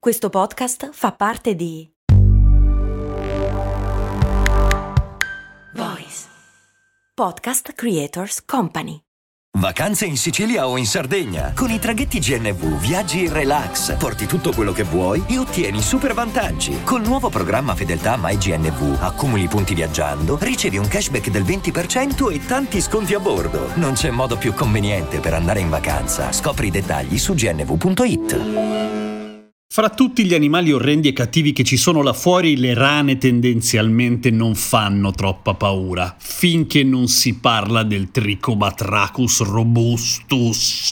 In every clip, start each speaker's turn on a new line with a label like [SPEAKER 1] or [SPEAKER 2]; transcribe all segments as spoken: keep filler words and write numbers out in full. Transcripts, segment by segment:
[SPEAKER 1] Questo podcast fa parte di Voice Podcast Creators Company.
[SPEAKER 2] Vacanze in Sicilia o in Sardegna. Con i traghetti G N V viaggi in relax, porti tutto quello che vuoi e ottieni super vantaggi. Col nuovo programma Fedeltà MyGNV accumuli punti viaggiando, ricevi un cashback del venti per cento e tanti sconti a bordo. Non c'è modo più conveniente per andare in vacanza. Scopri i dettagli su g n v punto i t.
[SPEAKER 3] Fra tutti gli animali orrendi e cattivi che ci sono là fuori, le rane tendenzialmente non fanno troppa paura, finché non si parla del Trichobatrachus robustus.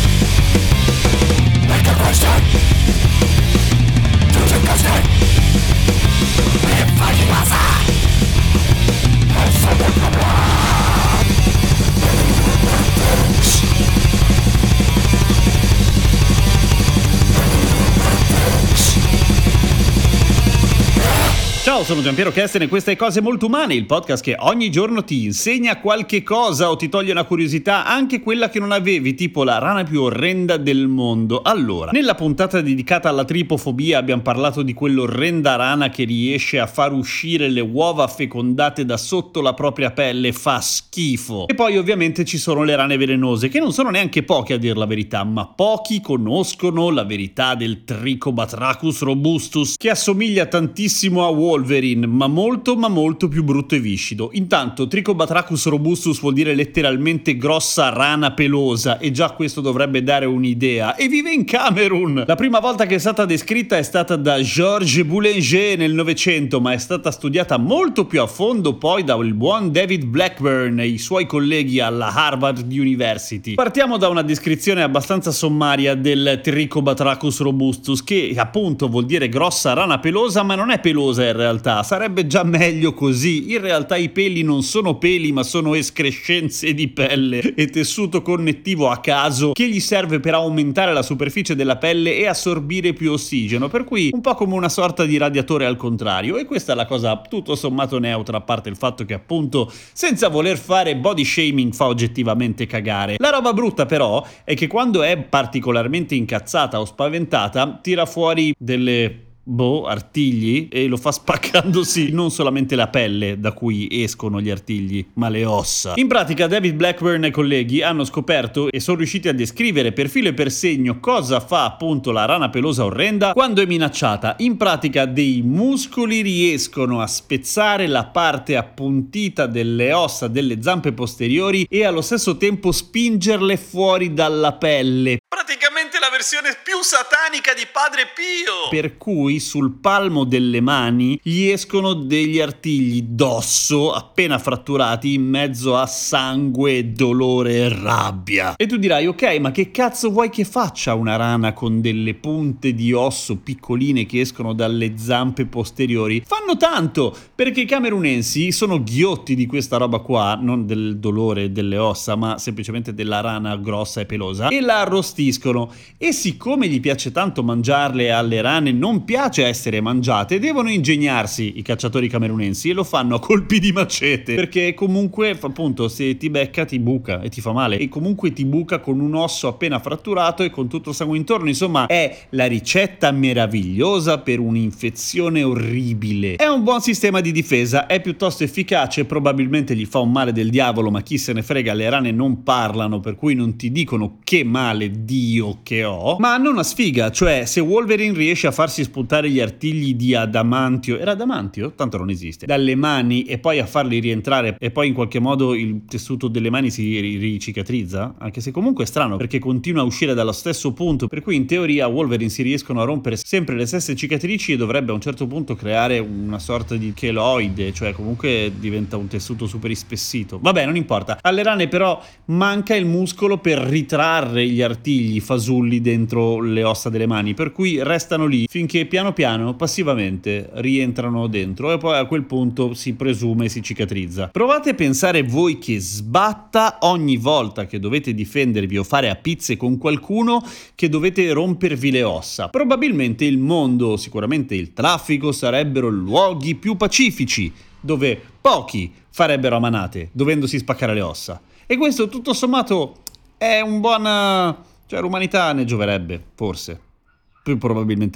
[SPEAKER 3] Ciao, sono Giampiero Kesten e questa è Cose Molto Umane, il podcast che ogni giorno ti insegna qualche cosa o ti toglie una curiosità, anche quella che non avevi, tipo la rana più orrenda del mondo. Allora, nella puntata dedicata alla tripofobia abbiamo parlato di quell'orrenda rana che riesce a far uscire le uova fecondate da sotto la propria pelle, fa schifo. E poi ovviamente ci sono le rane velenose, che non sono neanche poche a dir la verità, ma pochi conoscono la verità del Trichobatrachus robustus, che assomiglia tantissimo a Wolverine, ma molto ma molto più brutto e viscido. Intanto Trichobatrachus robustus vuol dire letteralmente grossa rana pelosa, e già questo dovrebbe dare un'idea. E vive in Camerun! La prima volta che è stata descritta è stata da Georges Boulanger nel Novecento, ma è stata studiata molto più a fondo poi dal buon David Blackburn e i suoi colleghi alla Harvard University. Partiamo da una descrizione abbastanza sommaria del Trichobatrachus robustus, che appunto vuol dire grossa rana pelosa, ma non è pelosa in realtà, sarebbe già meglio così. In realtà i peli non sono peli, ma sono escrescenze di pelle e tessuto connettivo a caso che gli serve per aumentare la superficie della pelle e assorbire più ossigeno, per cui un po' come una sorta di radiatore al contrario. E questa è la cosa tutto sommato neutra, a parte il fatto che appunto, senza voler fare body shaming, fa oggettivamente cagare. La roba brutta però è che quando è particolarmente incazzata o spaventata tira fuori delle boh, artigli, e lo fa spaccandosi non solamente la pelle da cui escono gli artigli, ma le ossa. In pratica David Blackburn e colleghi hanno scoperto e sono riusciti a descrivere per filo e per segno cosa fa appunto la rana pelosa orrenda quando è minacciata. In pratica dei muscoli riescono a spezzare la parte appuntita delle ossa delle zampe posteriori e allo stesso tempo spingerle fuori dalla pelle. Praticamente la versione più satanica di Padre Pio! Per cui sul palmo delle mani gli escono degli artigli d'osso appena fratturati in mezzo a sangue, dolore e rabbia. E tu dirai, ok, ma che cazzo vuoi che faccia una rana con delle punte di osso piccoline che escono dalle zampe posteriori? Fanno tanto, perché i camerunensi sono ghiotti di questa roba qua, non del dolore delle ossa, ma semplicemente della rana grossa e pelosa, e la arrostiscono. E siccome gli piace tanto mangiarle, alle rane non piace essere mangiate, devono ingegnarsi i cacciatori camerunensi, e lo fanno a colpi di macete, perché comunque appunto se ti becca ti buca e ti fa male, e comunque ti buca con un osso appena fratturato e con tutto il sangue intorno. Insomma, è la ricetta meravigliosa per un'infezione orribile. È un buon sistema di difesa, è piuttosto efficace, probabilmente gli fa un male del diavolo, ma chi se ne frega, le rane non parlano, per cui non ti dicono che male Dio che ho, ma hanno una sfiga, cioè se Wolverine riesce a farsi spuntare gli artigli di adamantio, era adamantio? Tanto non esiste, dalle mani e poi a farli rientrare, e poi in qualche modo il tessuto delle mani si ricicatrizza, anche se comunque è strano perché continua a uscire dallo stesso punto, per cui in teoria Wolverine si riescono a rompere sempre le stesse cicatrici e dovrebbe a un certo punto creare una sorta di cheloide, cioè comunque diventa un tessuto super ispessito. Vabbè, non importa. Alle rane però manca il muscolo per ritrarre gli artigli fasulli dentro le ossa delle mani, per cui restano lì finché piano piano, passivamente, rientrano dentro, e poi a quel punto si presume si cicatrizza. Provate a pensare voi che sbatta ogni volta che dovete difendervi o fare a pizze con qualcuno, che dovete rompervi le ossa. Probabilmente il mondo, sicuramente il traffico, sarebbero luoghi più pacifici, dove pochi farebbero a manate, dovendosi spaccare le ossa. E questo tutto sommato è un buon... cioè l'umanità ne gioverebbe, forse. Più probabilmente no.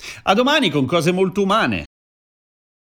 [SPEAKER 3] A domani con cose molto umane.